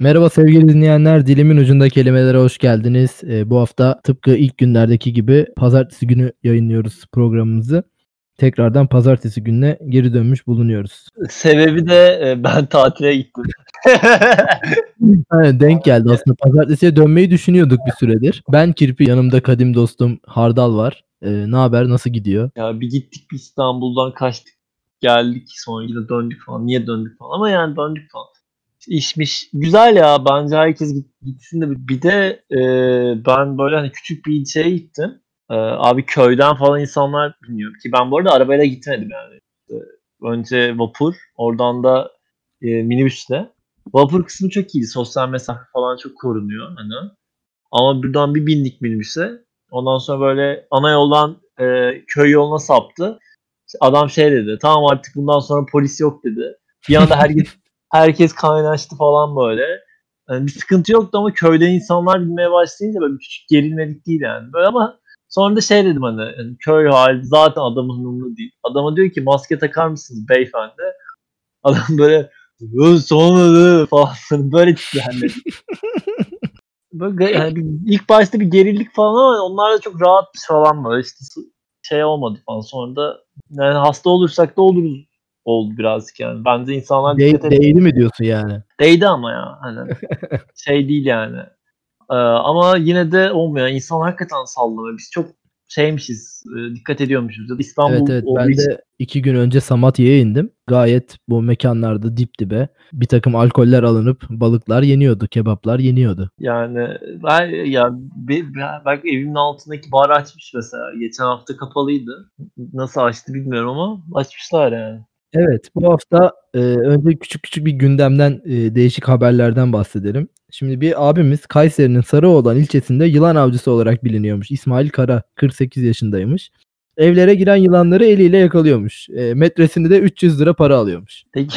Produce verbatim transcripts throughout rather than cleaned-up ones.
Merhaba sevgili dinleyenler, dilimin ucunda kelimelere hoş geldiniz. Eee, bu hafta tıpkı ilk günlerdeki gibi pazartesi günü yayınlıyoruz programımızı. Tekrardan pazartesi gününe geri dönmüş bulunuyoruz. Sebebi de, eee, ben tatile gittim. Aynen, denk geldi aslında. Pazartesiye dönmeyi düşünüyorduk bir süredir. Ben Kirpi, yanımda kadim dostum Hardal var. Eee, naber, nasıl gidiyor? Ya bir gittik, bir İstanbul'dan kaçtık, geldik, sonra yine döndük falan. Niye döndük falan ama yani döndük falan. İşmiş. Güzel ya, bence herkes git gitsin de bir de, eee, ben böyle, hani, küçük bir ilçeye gittim. Eee, abi köyden falan insanlar biniyor ki ben bu arada arabayla gitmedim yani. İşte, önce vapur, oradan da, eee, minibüsle. Vapur kısmı çok iyiydi. Sosyal mesafe falan çok korunuyor hani. Ama buradan bir bindik minibüse. Ondan sonra böyle ana yoldan, eee, köy yoluna saptı. Adam şey dedi, "Tamam artık bundan sonra polis yok." dedi. Bir anda herkes herkes kaynaştı falan böyle. Hani bir sıkıntı yoktu ama köyden insanlar binmeye başlayınca böyle küçük gerilmedik değil yani. Böyle ama sonra da şey dedim hani, hani köy hali zaten adamın umurunda değil. Adama diyor ki maske takar mısınız beyefendi? Adam böyle sonra falan böyle tiplendi. Böyle yani bir, ilk başta bir gerildik falan ama onlar da çok rahatmış falan böyle işte şey olmadı falan. Sonra da yani hasta olursak da oluruz oldu birazcık yani. Bence insanlar Değ dikkat etmeli. değdi mi diyorsun yani? Değdi ama ya hani şey değil yani. Ee, ama yine de olmuyor. İnsan hakikaten sallamıyor. Biz çok şeymişiz, e, dikkat ediyormuşuz. Ya da Evet, İstanbul evet. olduğu Ben için. de iki gün önce Samatya'ya indim. Gayet bu mekânlarda dip dibe birtakım alkoller alınıp balıklar yeniyordu, kebaplar yeniyordu. Yani ben ya be, bak evimin altındaki bar açmış mesela. Geçen hafta kapalıydı. Nasıl açtı bilmiyorum ama açmışlar yani. Evet, bu hafta, eee, önce küçük küçük bir gündemden, eee, değişik haberlerden bahsedelim. Şimdi bir abimiz Kayseri'nin Sarıoğlan ilçesinde yılan avcısı olarak biliniyormuş. İsmail Kara, kırk sekiz yaşındaymış. Evlere giren yılanları eliyle yakalıyormuş. Eee, metresini de üç yüz lira para alıyormuş. Peki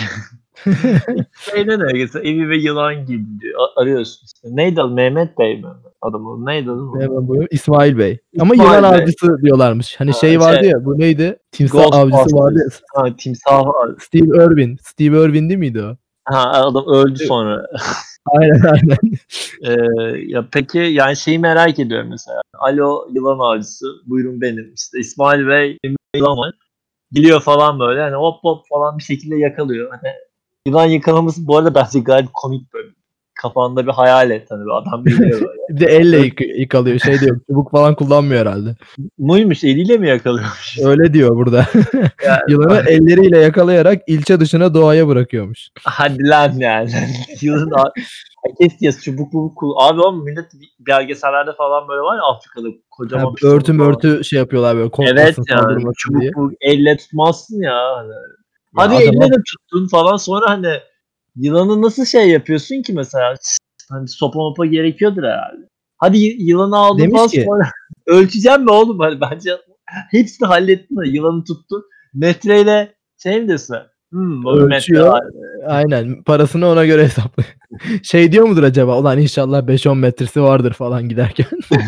şeyden öyle evi ve yılan gibi diyor. A- arıyorsun işte. Neydi adı? Mehmet Bey mi? Adamı. Neydi adı mı? Hemen buyurun. İsmail Bey. Ama yılan İsmail Bey. avcısı diyorlarmış. Hani Ha, şey vardı şey ya, bu neydi? Timsah avcısı vardı Ghostbusters. ya. Ha, timsah var. Steve Irwin. Steve Irwin değil miydi o? Ha, adam öldü sonra. Aynen, aynen. Eee, ya peki yani şeyi merak ediyorum mesela. Alo yılan avcısı. Buyurun benim. İşte İsmail Bey benim yılan var. Geliyor falan böyle. Hani hop hop falan bir şekilde yakalıyor. Hani yılan yakalaması bu arada bence gayet komik böyle. Kafanda bir hayal et hani bir adam geliyor böyle. Bir de elle Ö yık yıkalıyor. Şey de yok, çubuk falan kullanmıyor herhâlde. muymuş eliyle mi yakalıyormuş? Öyle diyor burada. Yani Yılanı elleriyle yakalayarak ilçe dışına doğaya bırakıyormuş. hadi lan yani. Yılan a herkes ya çubuk mubuk kul abi ama millet belgesellerde falan böyle var ya Afrika'da Ha, kocaman örtü piton falan. mörtü şey yapıyorlar böyle Evet korkmasın, yani saldırmasın diye. çubuk mubuk elle tutmazsın ya hani. Ya Hadi elle adama de tuttun falan sonra hani yılanı nasıl şey yapıyorsun ki mesela? Hani sopa mopa gerekiyordur herhâlde. Hadi y yılanı aldın demiş falan ki sonra ölçeceğim mi oğlum? Hani bence hepsini hallettin de yılanı tuttun. Metreyle şey mi diyorsun? Hımm, bu bir metre ölçüyor. var. Aynen, parasını ona göre hesaplıyor. Şey diyor mudur acaba? Ulan inşallah beş on metresi vardır falan giderken.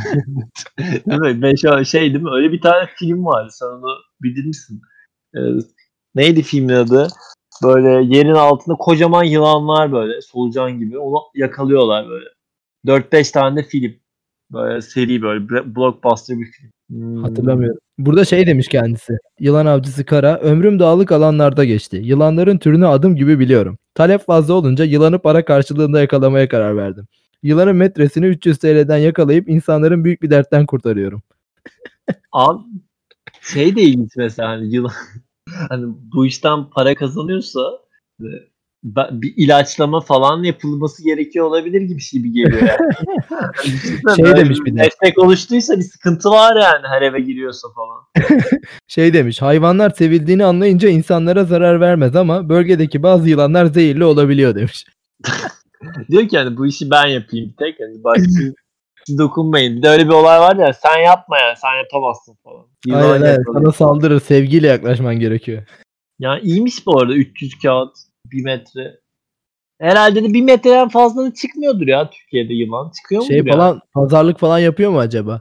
Değil mi? beş on şey değil mi? Öyle bir tane film vardı. Sen onu bilir misin? Eee, neydi filmin adı? Böyle yerin altında kocaman yılanlar böyle solucan gibi. Onu yakalıyorlar böyle. dört beş tane de film. Böyle seri böyle blo blockbuster bir film. Hımm. Hatırlamıyorum. Burada şey demiş kendisi, yılan avcısı Kara, "Ömrüm dağlık alanlarda geçti. Yılanların türünü adım gibi biliyorum. Talep fazla olunca yılanı para karşılığında yakalamaya karar verdim. Yılanın metresini üç yüz T L'den yakalayıp insanların büyük bir dertten kurtarıyorum." Abi şey de ilginç mesela hani yılan hani bu işten para kazanıyorsa, eee, be bir ilaçlama falan yapılması gerekiyor olabilir gibi gibi geliyor yani. Hani düşünsene Şey böyle demiş bir bir de, meslek oluştuysa bir sıkıntı var yani her eve giriyorsa falan. şey demiş, "Hayvanlar sevildiğini anlayınca insanlara zarar vermez ama bölgedeki bazı yılanlar zehirli olabiliyor." demiş. Diyor ki hani bu işi ben yapayım bir tek hani baş siz siz dokunmayın. Bir de öyle bir olay var ya sen yapma yani sen yapamazsın falan. Yılan Aynen, aynen. yakalıyor. Sana saldırır, sevgiyle yaklaşman gerekiyor. Yani iyiymiş bu arada üç yüz kağıt bir metre. Herhâlde de bir metreden fazla da çıkmıyordur ya Türkiye'de yılan. Çıkıyor Şey mudur yani? falan, pazarlık falan yapıyor mu acaba?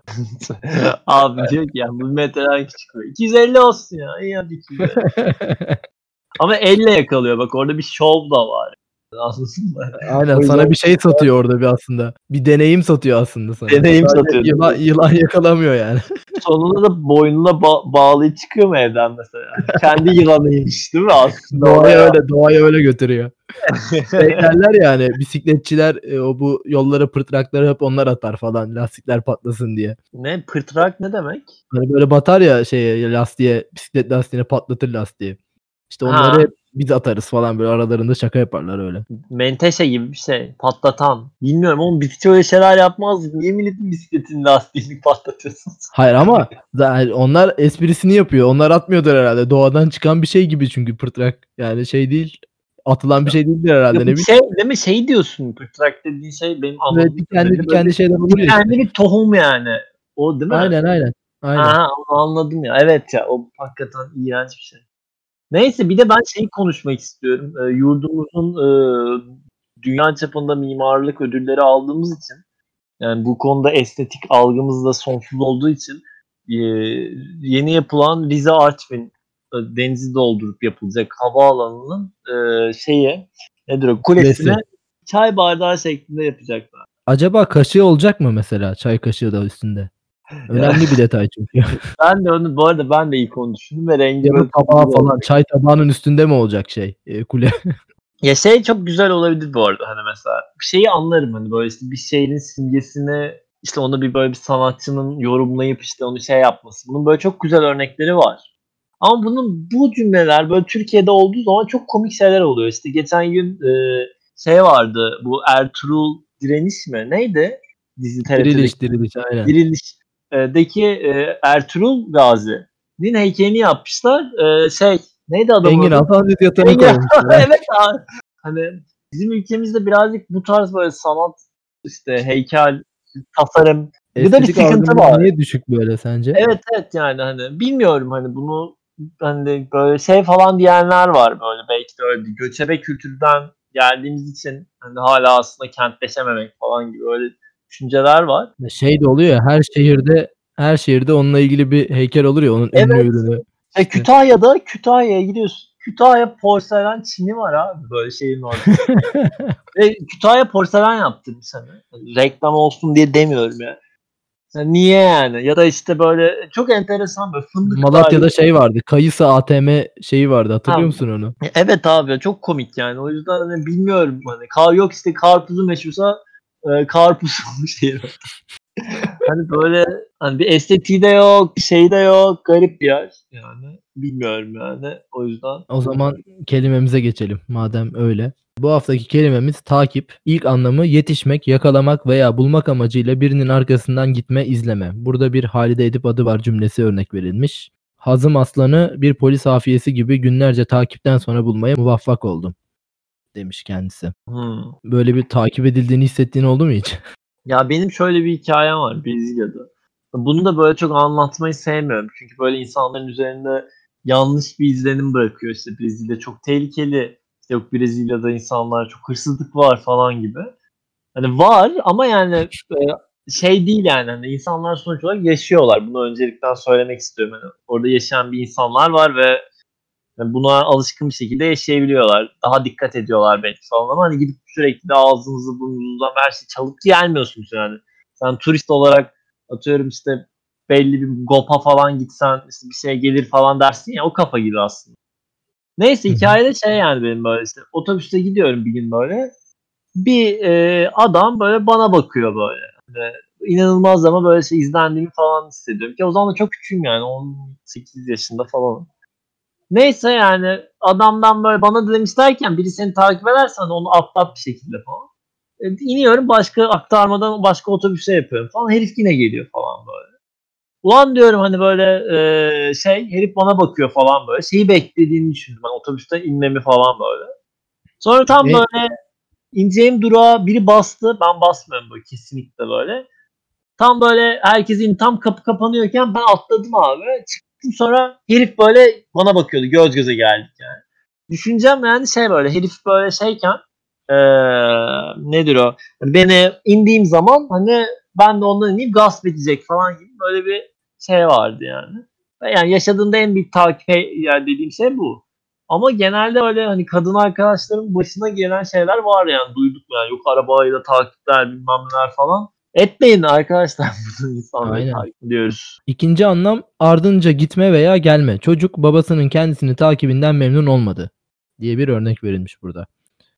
Abi diyor ki yani bu bir metreden küçük mü? iki yüz elli olsun ya. İyi hadi iki yüz elli. Ama elle yakalıyor bak orada bir şov da var. Anladın mı? Aynen, O yüzden sana bir şey satıyor orada bir aslında. Bir deneyim satıyor aslında sana. deneyim Sadece satıyor. yılan, yılan yakalamıyor yani. Sonunda da boynuna ba- bağlayıp çıkıyor mu evden mesela? Kendi yılanıymış değil mi aslında? Doğaya Olaya öyle, doğaya öyle götürüyor. Şey derler ya hani bisikletçiler e, o bu yollara pırtrakları hep onlar atar falan lastikler patlasın diye. Ne? Pırtrak ne demek? Hani böyle batar ya şeye lastiğe, bisiklet lastiğine patlatır lastiği. İşte onları Ha, hep biz atarız falan böyle aralarında şaka yaparlar öyle. menteşe gibi bir şey. Patlatan. Bilmiyorum oğlum, biz hiç öyle şeyler yapmazdık. Niye milletin bisikletinin lastiğini patlatıyorsunuz? Hayır ama za- onlar esprisini yapıyor. Onlar atmıyordur herhalde. Doğadan çıkan bir şey gibi çünkü pırtrak. Yani şey değil. Atılan bir şey değildir herhalde Ya ne bu bileyim. şey değil mi? Şey diyorsun, pırtrak dediğin şey benim Böyle anladığım dikenli kadarıyla dikenli böyle şeyler olur ya işte. dikenli bir tohum yani. O değil mi? Aynen aynen. Aynen. Ha, onu anladım ya. Evet ya, o hakikaten iğrenç bir şey. Neyse, bir de ben şeyi konuşmak istiyorum. E, yurdumuzun e, dünya çapında mimarlık ödülleri aldığımız için, yani bu konuda estetik algımız da sonsuz olduğu için e, yeni yapılan Rize Artvin e, denizi doldurup yapılacak havaalanının e, şeye nedir o kulesine Kulesi. çay bardağı şeklinde yapacaklar. Acaba kaşığı olacak mı mesela? Çay kaşığı da üstünde. Önemli bir detay çünkü. Ben de onu, bu arada ben de ilk onu düşündüm ve rengi Ya da böyle tabağı turuncu falan. olacak. Çay tabağının üstünde mi olacak şey? E, kule. Ya şey çok güzel olabilir bu arada, hani mesela bir şeyi anlarım, hani böyle işte bir şeyin simgesini, işte onu bir böyle bir sanatçının yorumlayıp işte onu şey yapması. Bunun böyle çok güzel örnekleri var. Ama bunun bu cümleler böyle Türkiye'de olduğu zaman çok komik şeyler oluyor. İşte geçen gün e, şey vardı, bu Ertuğrul Direniş mi? Neydi? Dizi T R T'deki Diriliş diriliş aynen. Diriliş'deki e, Ertuğrul Gazi'nin heykelini yapmışlar. E, şey neydi adamın Engin adı? Altan Yatan'ı Engin. koymuşlar. Evet abi. Hani bizim ülkemizde birazcık bu tarz böyle sanat, işte heykel, tasarım, bir de bir Estetik sıkıntı algımız var. niye düşük böyle sence? Evet evet, yani hani bilmiyorum, hani bunu hani böyle şey falan diyenler var, böyle belki de öyle bir göçebe kültürden geldiğimiz için hani hala aslında kentleşememek falan gibi öyle düşünceler var. Şey de oluyor ya her şehirde her şehirde onunla ilgili bir heykel olur ya onun ünlü Evet. ürünü E, işte. Kütahya'da Kütahya'ya gidiyorsun. Kütahya porselen çini var abi, böyle şeyin ortasında. Ve Kütahya porselen yaptırmış hani. Hani reklam olsun diye demiyorum ya. Yani niye yani? Ya da işte böyle çok enteresan böyle fındık tarihi. Malatya'da şey vardı. Kayısı A T M şeyi vardı. Ha, Hatırlıyor musun onu? evet abi, çok komik yani. O yüzden hani bilmiyorum hani. Kar yok işte, karpuzu meşhursa e, karpuz şey. Hani böyle hani bir estetiği de yok, bir şey de yok. Garip bir yer yani. Bilmiyorum yani. O yüzden. O zaman kelimemize geçelim madem öyle. Bu haftaki kelimemiz takip. İlk anlamı yetişmek, yakalamak veya bulmak amacıyla birinin arkasından gitme, izleme. Burada bir Halide Edip adı var cümlesi örnek verilmiş. Hazım Aslan'ı bir polis hafiyesi gibi günlerce takipten sonra bulmaya muvaffak oldum demiş kendisi. Hmm. Böyle bir takip edildiğini hissettiğin oldu mu hiç? Ya benim şöyle bir hikayem var Brezilya'da. Bunu da böyle çok anlatmayı sevmiyorum. Çünkü böyle insanların üzerinde yanlış bir izlenim bırakıyor. İşte Brezilya çok tehlikeli. İşte yok, Brezilya'da insanlar çok hırsızlık var falan gibi. Hani var ama yani e, şey değil yani, hani insanlar sonuç olarak yaşıyorlar. Bunu öncelikten söylemek istiyorum. Hani orada yaşayan bir insanlar var ve yani buna alışkın bir şekilde yaşayabiliyorlar. Daha dikkat ediyorlar belki falan, ama hani gidip sürekli de ağzınızı burnunuzdan her şeyi çalıp gelmiyorsunuz yani. Sen turist olarak atıyorum işte belli bir GOP'a falan gitsen işte bir şey gelir falan dersin ya, o kafa gibi aslında. Neyse, Hı hı. hikayede şey yani, benim böyle işte otobüste gidiyorum bir gün böyle. Bir e, adam böyle bana bakıyor böyle. Yani inanılmaz, ama böyle şey izlendiğimi falan hissediyorum. Ki o zaman da çok küçüğüm yani, on sekiz yaşında falan. Neyse yani adamdan böyle bana demiş derken, biri seni takip edersen onu atlat bir şekilde falan. E, iniyorum, başka aktarmadan başka otobüse yapıyorum falan. Herif yine geliyor falan böyle. Ulan diyorum hani böyle e, şey herif bana bakıyor falan böyle. Şeyi beklediğini düşündüm ben, otobüsten inmemi falan böyle. Sonra tam E, böyle ineceğim durağa biri bastı. Ben basmıyorum böyle kesinlikle böyle. Tam böyle herkesin tam kapı kapanıyorken ben atladım abi. Çıktım, sonra herif böyle bana bakıyordu. Göz göze geldik yani. Düşüncem yani şey, böyle herif böyle şeyken ee, nedir o? Hani beni indiğim zaman hani ben de ondan ineyim, gasp edecek falan gibi böyle bir şey vardı yani. Yani yaşadığımda en büyük takip yani dediğim şey bu. Ama genelde öyle hani kadın arkadaşlarımın başına gelen şeyler var yani. Duyduk yani. Yok arabayla takipler bilmem neler falan. Etmeyin arkadaşlar bunu insanları Aynen. takip ediyoruz. İkinci anlam ardınca gitme veya gelme. Çocuk babasının kendisini takibinden memnun olmadı diye bir örnek verilmiş burada.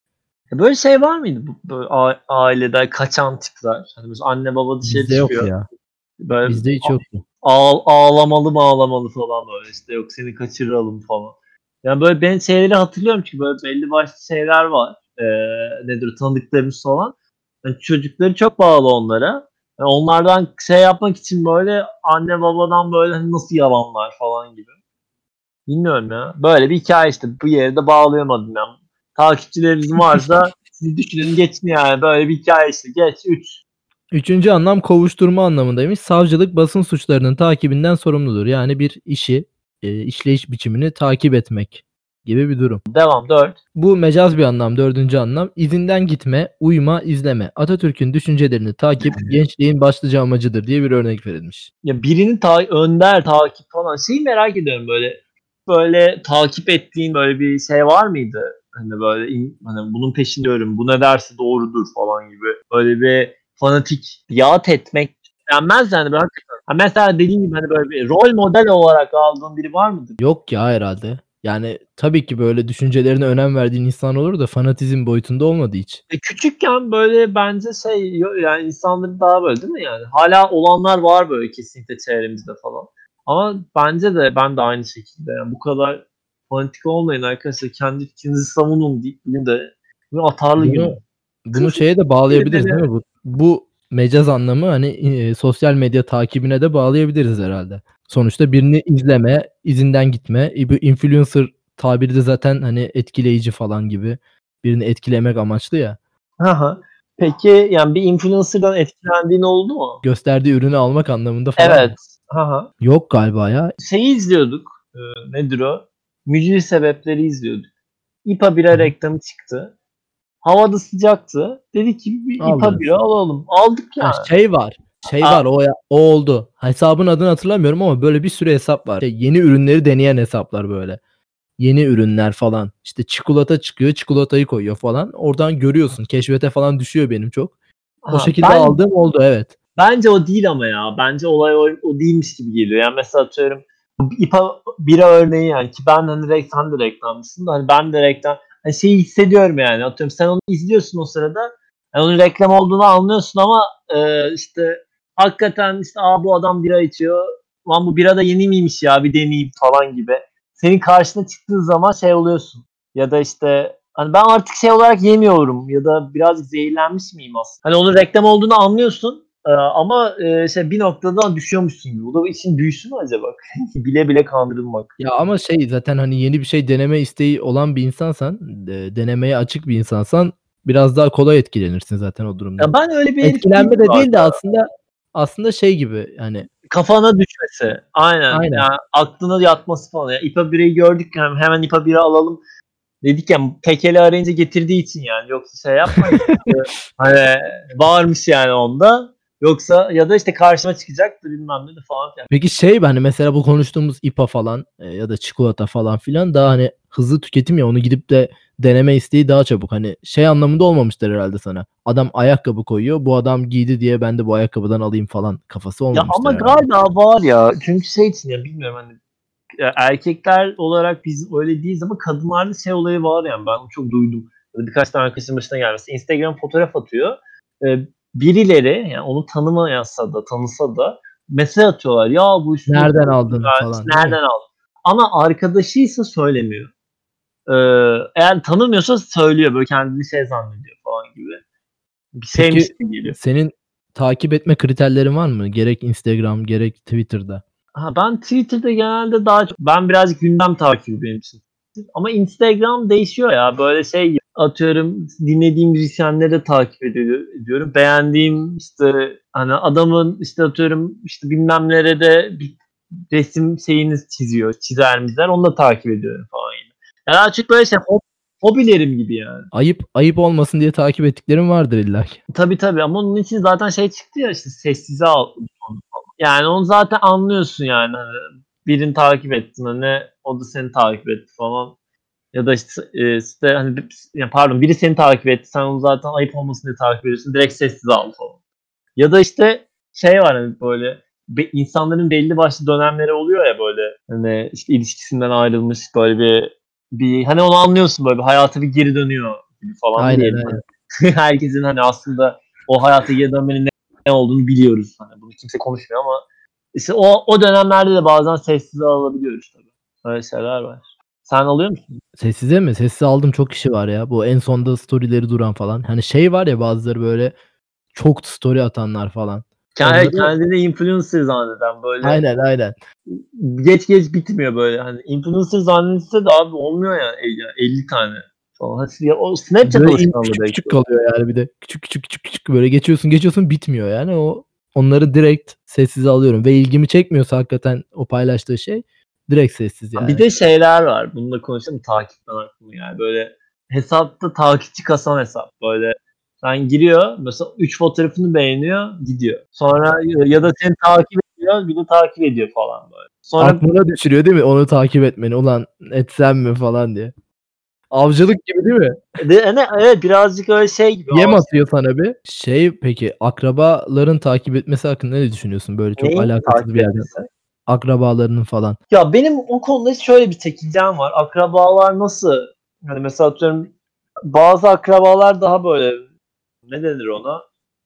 Böyle şey var mıydı bu böyle a- ailede kaçan tipler? Hani mesela anne baba dışarı Bizde yok çıkıyor. ya. Böyle Bizde hiç yoktu. ağ- ağlamalı mı ağlamalı falan böyle işte yok seni kaçıralım falan. Yani böyle ben şeyleri hatırlıyorum çünkü böyle belli başlı şeyler var. Ee, nedir tanıdıklarımız falan. Yani çocukları çok bağlı onlara. Yani onlardan şey yapmak için böyle anne babadan böyle hani nasıl yalanlar falan gibi. Bilmiyorum ya. Böyle bir hikaye işte. Bu yere de bağlayamadım ya. Takipçileriniz varsa siz düşünün geçin yani. Böyle bir hikaye işte. Geç üç. Üçüncü anlam kovuşturma anlamındaymış. Savcılık basın suçlarının takibinden sorumludur. Yani bir işi, eee, işleyiş biçimini takip etmek gibi bir durum. Devam dört. Bu mecaz bir anlam, dördüncü anlam. İzinden gitme, uyma, izleme. Atatürk'ün düşüncelerini takip gençliğin başlıca amacıdır diye bir örnek verilmiş. Ya birinin ta önder takip falan. Şeyi merak ediyorum böyle. Böyle takip ettiğin böyle bir şey var mıydı? Hani böyle in- hani bunun peşindiyorum. Bu ne derse doğrudur falan gibi. Böyle bir fanatik biat etmek denmez yani. Ben hakikaten. Ha mesela dediğim gibi hani böyle bir rol model olarak aldığın biri var mıdır? Yok ya herhalde. Yani tabii ki böyle düşüncelerine önem verdiğin insan olur da fanatizm boyutunda olmadı hiç. E, küçükken böyle bence şey yo- yani insanların daha böyle değil mi yani? Hala olanlar var böyle kesinlikle çevremizde falan. Ama bence de ben de aynı şekilde yani bu kadar fanatik olmayın arkadaşlar. Kendi fikrinizi savunun deyip bugün de bir atarlı Bunu gün. bunu şeye de bağlayabiliriz değil Birileri mi? Bu bu mecaz anlamı hani, eee, sosyal medya takibine de bağlayabiliriz herhâlde. Sonuçta birini izleme, izinden gitme, e, bu influencer tabiri de zaten, hani, etkileyici falan gibi. Birini etkilemek amaçlı ya. Hı hı. Peki yani bir influencer'dan etkilendiğin oldu mu? Gösterdiği ürünü almak anlamında falan Evet. mı? Hı hı. Yok galiba ya. Şeyi izliyorduk. Eee, nedir o? Mücbir Sebepleri izliyorduk. İPA Hı bira hı. reklamı çıktı. Hava da sıcaktı. Dedik ki bir İPA Aldınız. bira alalım. Aldık Ha, yani. şey var, şey A var, o ya o oldu. Hesabın adını hatırlamıyorum ama böyle bir sürü hesap var. Yeni ürünleri deneyen hesaplar böyle. Yeni ürünler falan. İşte çikolata çıkıyor, çikolatayı koyuyor falan. Oradan görüyorsun. Keşfete falan düşüyor benim çok. O ha, şekilde ben aldığım oldu, evet. bence o değil ama ya. Bence olay o, o değilmiş gibi geliyor. Yani mesela atıyorum İPA bira örneği yani ki ben hani re- sen de reklamcısın da hani ben de reklam hani şeyi hissediyorum yani. Atıyorum sen onu izliyorsun o sırada. Yani onun reklam olduğunu anlıyorsun ama e, işte hakikaten işte aa bu adam bira içiyor. Lan bu bira da yeni miymiş ya bir deneyeyim falan gibi. Senin karşına çıktığı zaman şey oluyorsun. Ya da işte hani ben artık şey olarak yemiyorum ya da birazcık zehirlenmiş miyim aslında? Hani onun reklam olduğunu anlıyorsun ee, ama e, şey bir noktada düşüyormuşsun gibi. Bu da için büyüsü mü acaba? Bile bile kandırılmak. Ya ama şey zaten hani yeni bir şey deneme isteği olan bir insansan, eee, denemeye açık bir insansan biraz daha kolay etkilenirsin zaten o durumdan. Ya ben öyle bir Etkilenme etkiyim de var. değil de aslında aslında şey gibi hani Kafana düşmesi. Aynen. aynen. Yani aklına yatması falan. Yani İPA bireyi gördük yani hemen İPA bira alalım dedik ya tekeli arayınca getirdiği için yani. Yoksa şey yapmadık. Hani varmış yani onda. Yoksa ya da işte karşıma çıkacaktı bilmem ne de falan filan. Peki şey hani mesela bu konuştuğumuz İPA falan, eee, ya da çikolata falan filan daha hani hızlı tüketim ya onu gidip de deneme isteği daha çabuk. Hani şey anlamında olmamıştır herhâlde sana. Adam ayakkabı koyuyor, bu adam giydi diye ben de bu ayakkabıdan alayım falan kafası Ya olmamıştır ama herhâlde. galiba var ya. Çünkü şey için ya bilmiyorum hani ya erkekler olarak biz öyle değiliz ama kadınlarda şey olayı var yani ben onu çok duydum. Birkaç tane arkadaşımın başına gelmesi. Instagram fotoğraf atıyor. Ee, birileri yani onu tanımayasa da tanısa da mesaj atıyorlar. Ya bu üstündeki Nereden çok aldın güzel. İşte falan değil mi? nereden aldın? Ama arkadaşıysa söylemiyor. Ee, eğer tanımıyorsa söylüyor. Böyle kendini şey zannediyor falan gibi. Bir şeymiş Peki gibi geliyor. senin takip etme kriterlerin var mı? Gerek Instagram gerek Twitter'da. Ha, ben Twitter'da genelde daha çok ben birazcık gündem takibi benim için. Ama Instagram değişiyor ya. Böyle şey gibi, atıyorum dinlediğim müzisyenleri de takip ediyor, ediyorum. Beğendiğim işte hani adamın işte atıyorum işte bilmem nerede bir resim şeyiniz çiziyor. Çizer mizler onu da takip ediyorum falan gibi. Yani açık böyle şey hob- hobilerim gibi yani. Ayıp ayıp olmasın diye takip ettiklerin vardır illaki. Tabii tabii ama onun için zaten şey çıktı ya işte sessize al. Yani onu zaten anlıyorsun yani. Hani birini takip ettin hani o da seni takip etti falan. Ya da işte, e, işte hani ya pardon biri seni takip etti. Sen onu zaten ayıp olmasın diye takip ediyorsun. Direkt sessiz al falan. Ya da işte şey var hani böyle be, insanların belli başlı dönemleri oluyor ya böyle hani işte ilişkisinden ayrılmış böyle bir bir hani onu anlıyorsun böyle bir hayata bir geri dönüyor gibi falan Aynen diyelim. aynen. Hani herkesin hani aslında o hayata geri dönmenin ne, ne olduğunu biliyoruz. Hani bunu kimse konuşmuyor ama işte o o dönemlerde de bazen sessize alabiliyoruz tabii. Öyle şeyler var. Sen alıyor musun? Sessize mi? Sessize aldığım çok kişi var ya. Bu en sonda story'leri duran falan. Hani şey var ya bazıları böyle çok story atanlar falan. Kendi, Onları kendini influencer zanneden böyle aynen aynen. geç geç bitmiyor böyle hani influencer zannedilse de abi olmuyor ya yani elli tane falan. Hadi ya, o Snapchat Böyle in alışkanlığı küçük belki küçük o. kalıyor yani bir de. Küçük küçük küçük küçük böyle geçiyorsun geçiyorsun bitmiyor yani. O onları direkt sessize alıyorum ve ilgimi çekmiyorsa hakikaten o paylaştığı şey direkt sessiz Bir yani. de şeyler var. Bunu da konuşalım takipten aklıma yani böyle hesapta takipçi kasan hesap böyle sen giriyor mesela üç fotoğrafını beğeniyor gidiyor. Sonra ya da seni takip ediyor bir de takip ediyor falan böyle. Sonra Aklına düşürüyor değil mi onu takip etmeni? Ulan etsem mi falan diye. Avcılık gibi değil mi? de, hani, evet birazcık öyle şey gibi. Yem atıyor sana bir. Şey peki akrabaların takip etmesi hakkında ne düşünüyorsun? Böyle çok Neyi alakasız takip bir yerden. etmesi? Akrabalarının falan. Ya benim o konuda şöyle bir çekincem var. Akrabalar nasıl? Hani mesela atıyorum bazı akrabalar daha böyle ne denir ona?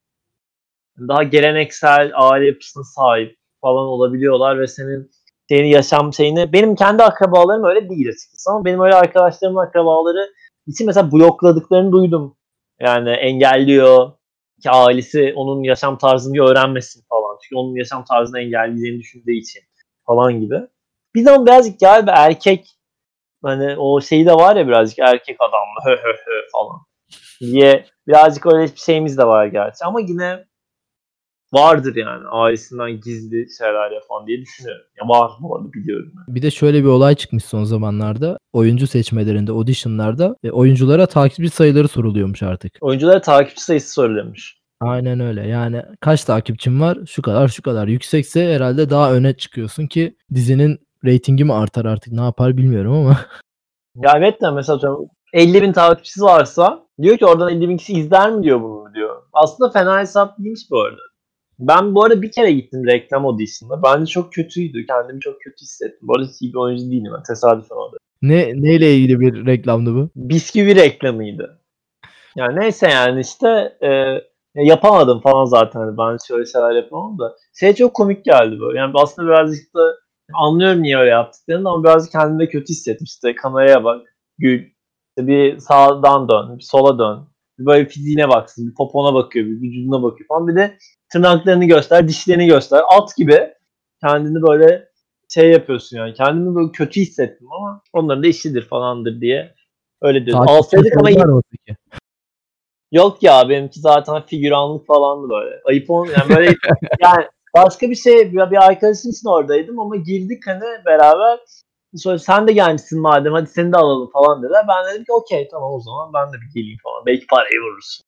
Daha geleneksel aile yapısına sahip falan olabiliyorlar ve senin senin yaşam şeyini benim kendi akrabalarım öyle değil açıkçası ama benim öyle arkadaşlarımın akrabaları için mesela blokladıklarını duydum. Yani engelliyor ki ailesi onun yaşam tarzını öğrenmesin falan. Çünkü onun yaşam tarzını engelleyeceğini düşündüğü için falan gibi. Bir zaman birazcık galiba erkek hani o şeyi de var ya birazcık erkek adamlı hö hö hö falan diye birazcık öyle bir şeyimiz de var gerçi ama yine vardır yani ailesinden gizli şeyler yapan diye düşünüyorum. Ya var bu arada biliyorum. Yani. Bir de şöyle bir olay çıkmış son zamanlarda. Oyuncu seçmelerinde, audition'larda e, oyunculara takipçi sayıları soruluyormuş artık. Oyunculara takipçi sayısı soruluyormuş. Aynen öyle. Yani kaç takipçin var? Şu kadar, şu kadar. Yüksekse herhalde daha öne çıkıyorsun ki dizinin reytingi mi artar artık ne yapar bilmiyorum ama. Ya evet de mesela atıyorum elli bin takipçisi varsa diyor ki oradan elli bin kişi izler mi diyor bunu diyor. Aslında fena hesap değilmiş bu arada. Ben bu arada bir kere gittim reklam audition'da. Bence çok kötüydü. Kendimi çok kötü hissettim. Bu arada iyi bir oyuncu değilim ben. Tesadüfen orada. Ne neyle ilgili bir reklamdı bu? Bisküvi reklamıydı. Yani neyse yani işte e, yapamadım falan zaten. Hani ben şöyle şeyler yapamam da. Şey çok komik geldi böyle. Yani aslında birazcık da anlıyorum niye öyle yaptıklarını ama birazcık kendimi de kötü hissettim. İşte kameraya bak, gül. İşte bir sağdan dön, bir sola dön. Bir böyle fiziğine baksın, bir popona bakıyor, bir vücuduna bakıyor falan. Bir de tırnaklarını göster, dişlerini göster. At gibi kendini böyle şey yapıyorsun yani. Kendimi böyle kötü hissettim ama onların da işidir falandır diye öyle diyordu. Takipçin Alsaydık ama sayılar mı peki? yok ya benimki zaten figüranlık falandı böyle. Ayıp olmuyor. Yani böyle yani başka bir şey bir, bir arkadaşım için oradaydım ama girdik hani beraber. Sonra sen de gelmişsin madem hadi seni de alalım falan dediler. Ben dedim ki okey tamam o zaman ben de bir geleyim falan. Belki parayı vururuz.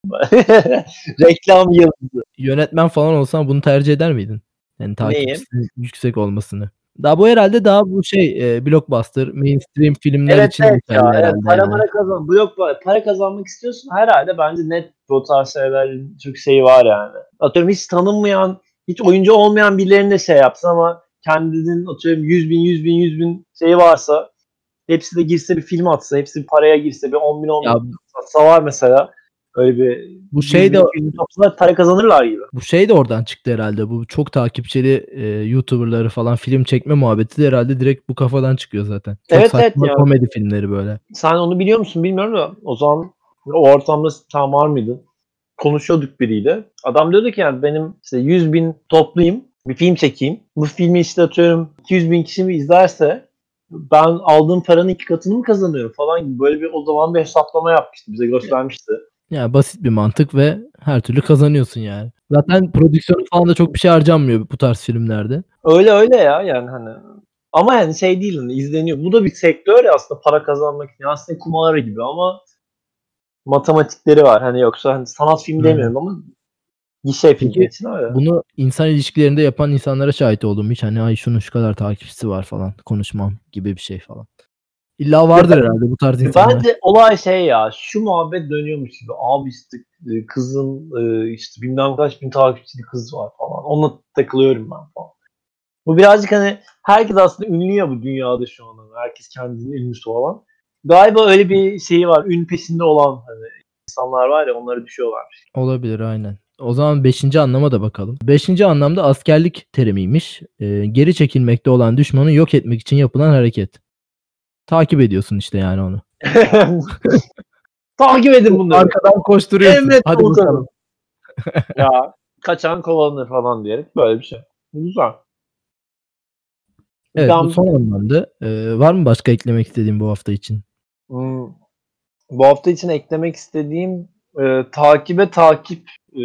Reklam yıldızı. Yönetmen falan olsan bunu tercih eder miydin? Yani Neyim? takipçisinin yüksek olmasını. Daha bu herhalde daha bu şey, eee, blockbuster, mainstream filmler Evet için evet ya. geçerli Evet herhâlde para yani. mara kazan. Blok para, para kazanmak istiyorsun herhalde bence net bu tarz şeylerin çok şeyi var yani. Atıyorum hiç tanınmayan, hiç oyuncu olmayan birilerine de şey yapsın ama kendinin atıyorum yüz bin, yüz bin, yüz bin şeyi varsa hepsi de girse bir film atsa, hepsi bir paraya girse bir on bin, on Ya bin satsa var mesela. Öyle bir bu yüz şey de bin, iki yüz bin topsalar para kazanırlar gibi. bu şey de oradan çıktı herhâlde. Bu çok takipçili, eee, YouTuber'ları falan film çekme muhabbeti de herhâlde direkt bu kafadan çıkıyor zaten. Çok Evet evet saçma ya. komedi filmleri böyle. Sen onu biliyor musun bilmiyorum da o zaman o ortamda sen var mıydın? Konuşuyorduk biriyle. Adam diyordu ki yani benim işte yüz bin toplayayım, bir film çekeyim. Bu filmi işte atıyorum iki yüz bin kişi mi izlerse ben aldığım paranın iki katını mı kazanıyorum falan gibi böyle bir o zaman bir hesaplama yapmıştı. Bize Ya göstermişti. ya basit bir mantık ve her türlü kazanıyorsun yani. Zaten prodüksiyona falan da çok bir şey harcanmıyor bu tarz filmlerde. Öyle öyle ya yani hani. Ama yani şey değil hani izleniyor. Bu da bir sektör ya aslında para kazanmak için. Aslında kumar gibi ama matematikleri var. Hani yoksa hani sanat filmi Aynen. demiyorum ama gişe filmi Peki için öyle. bunu insan ilişkilerinde yapan insanlara şahit oldun mu hiç? Hani ay şunun şu kadar takipçisi var falan konuşmam gibi bir şey falan. İlla vardır herhâlde bu tarz insanlar. Bence olay şey ya, şu muhabbet dönüyormuş gibi. Abi işte e, kızın e, işte bilmem kaç bin takipçili kız var falan. Onunla takılıyorum ben falan. Bu birazcık hani herkes aslında ünlü ya bu dünyada şu an. Herkes kendinin ünlüsü olan. Galiba öyle bir şeyi var. Ün peşinde olan hani insanlar var ya, onlara düşüyorlar. Olabilir, aynen. O zaman beşinci anlama da bakalım. beşinci anlamda askerlik terimiymiş. Eee, geri çekilmekte olan düşmanı yok etmek için yapılan hareket. Takip ediyorsun işte yani onu. Takip edin bunları. Arkadan koşturuyorsun. Emret Hadi komutanım. bakalım. Ya kaçan kovalanır falan diyerek böyle bir şey. Güzel. Evet, bu Ben, son anlamda. Eee, var mı başka eklemek istediğin bu hafta için? hmm, bu hafta için eklemek istediğim e, takibe takip e,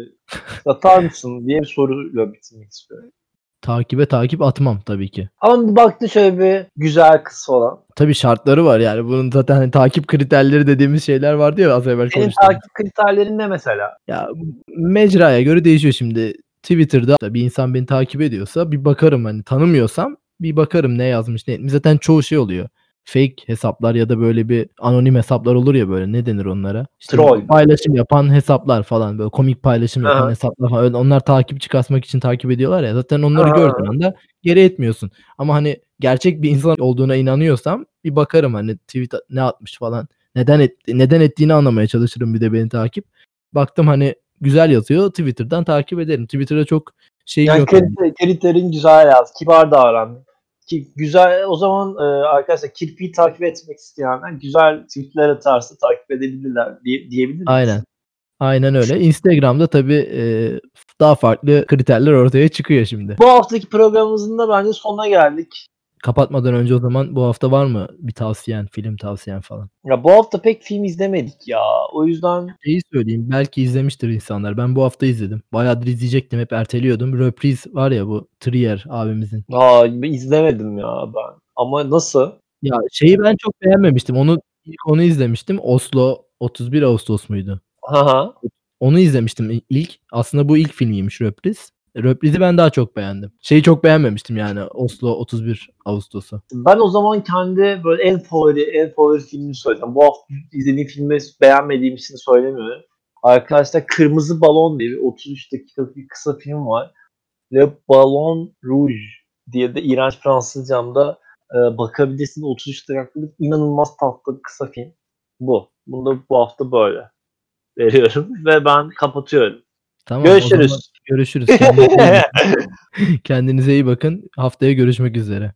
atar mısın diye bir soruyla bitirmek istiyorum. Takibe takip atmam tabii ki. Ama bir baktı şöyle bir güzel kız falan. Tabii şartları var yani. Bunun zaten hani takip kriterleri dediğimiz şeyler vardı ya az evvel Senin konuştuğumuz. takip kriterlerin ne mesela? Ya mecraya göre değişiyor şimdi. Twitter'da bir insan beni takip ediyorsa bir bakarım, hani tanımıyorsam bir bakarım ne yazmış ne etmiş. Zaten çoğu şey oluyor. Fake hesaplar ya da böyle bir anonim hesaplar olur ya, böyle ne denir onlara? İşte Troll. paylaşım yapan hesaplar falan, böyle komik paylaşım Hı yapan hı. hesaplar falan. Öyle onlar takipçi kasmak için takip ediyorlar ya. Zaten Hı onları hı, hı gördüğün hı. anda geri etmiyorsun. Ama hani gerçek bir insan olduğuna inanıyorsam bir bakarım hani tweet ne atmış falan. Neden etti, neden ettiğini anlamaya çalışırım bir de beni takip. Baktım hani güzel yazıyor, Twitter'dan takip ederim. Twitter'da çok şeyim Yani yok yani. kriter, kriterin güzel yaz. Kibar davran. Ki güzel, o zaman e, arkadaşlar Kirpi'yi takip etmek isteyenler güzel tweetler atarsa takip edebilirler diye, diyebilir miyiz? Aynen. Aynen öyle. Instagram'da tabii, eee, daha farklı kriterler ortaya çıkıyor şimdi. Bu haftaki programımızın da bence sonuna geldik. Kapatmadan önce o zaman bu hafta var mı bir tavsiyen, film tavsiyen falan? Ya bu hafta pek film izlemedik ya. O yüzden Şeyi söyleyeyim, belki izlemiştir insanlar. Ben bu hafta izledim. Bayağıdır izleyecektim, hep erteliyordum. Reprise var ya, bu Trier abimizin. aa, izlemedim ya ben. Ama nasıl? Ya şeyi ben çok beğenmemiştim. Onu ilk onu izlemiştim. Oslo, otuz bir Ağustos muydu? Hı hı. Onu izlemiştim i ilk. Aslında bu ilk filmiymiş Reprise. Reprise'i ben daha çok beğendim. Şeyi çok beğenmemiştim yani Oslo, otuz bir Ağustos'u. Ben o zaman kendi böyle en favori, en favori filmini söyleyeceğim. Bu hafta izlediğim filmi beğenmediğim için söylemiyorum. Arkadaşlar Kırmızı Balon diye bir otuz üç dakikalık bir kısa film var. Le Ballon Rouge diye de iğrenç Fransızcamda e, bakabilirsin. otuz üç dakikalık inanılmaz tatlı bir kısa film. Bu. Bunu da bu hafta böyle veriyorum ve ben kapatıyorum. Tamam, o zaman Görüşürüz. görüşürüz. Kendinize iyi bakın. Kendinize iyi bakın. Haftaya görüşmek üzere.